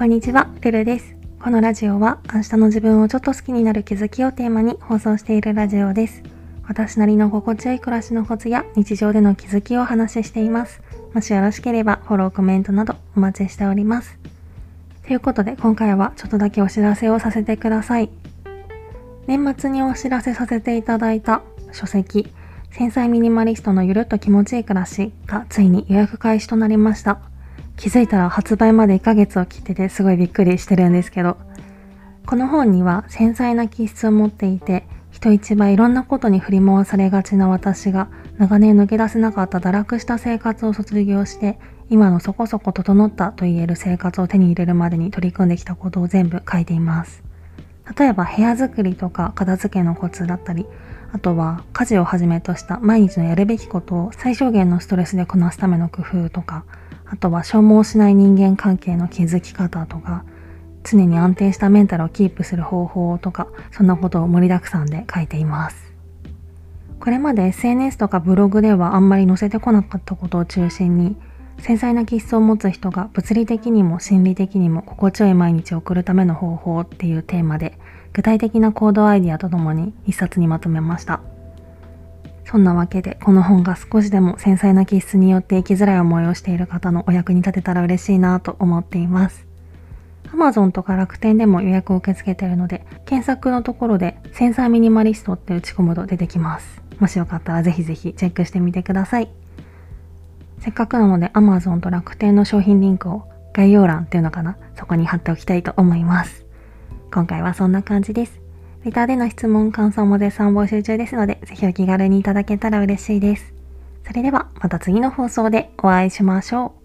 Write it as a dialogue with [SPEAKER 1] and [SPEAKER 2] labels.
[SPEAKER 1] こんにちは、ルルです。このラジオは明日の自分をちょっと好きになる気づきをテーマに放送しているラジオです。私なりの心地よい暮らしのコツや日常での気づきをお話ししています。もしよろしければフォロー、コメントなどお待ちしております。ということで今回はちょっとだけお知らせをさせてください。年末にお知らせさせていただいた書籍、繊細ミニマリストのゆるっと気持ちいい暮らしがついに予約開始となりました。気づいたら発売まで1ヶ月を切っててすごいびっくりしてるんですけど、この本には繊細な気質を持っていて、人一倍いろんなことに振り回されがちな私が長年抜け出せなかった堕落した生活を卒業して、今のそこそこ整ったと言える生活を手に入れるまでに取り組んできたことを全部書いています。例えば部屋作りとか片付けのコツだったり、あとは家事をはじめとした毎日のやるべきことを最小限のストレスでこなすための工夫とか、あとは消耗しない人間関係の築き方とか、常に安定したメンタルをキープする方法とか、そんなことを盛りだくさんで書いています。これまで SNS とかブログではあんまり載せてこなかったことを中心に、繊細な気質を持つ人が物理的にも心理的にも心地よい毎日を送るための方法っていうテーマで、具体的な行動アイディアとともに一冊にまとめました。そんなわけでこの本が少しでも繊細な気質によって生きづらい思いをしている方のお役に立てたら嬉しいなと思っています。Amazon とか楽天でも予約を受け付けているので、検索のところで繊細ミニマリストって打ち込むと出てきます。もしよかったらぜひぜひチェックしてみてください。せっかくなので Amazon と楽天の商品リンクを概要欄っていうのかな、そこに貼っておきたいと思います。今回はそんな感じです。レターでの質問、感想も絶賛募集中ですので、ぜひお気軽にいただけたら嬉しいです。それではまた次の放送でお会いしましょう。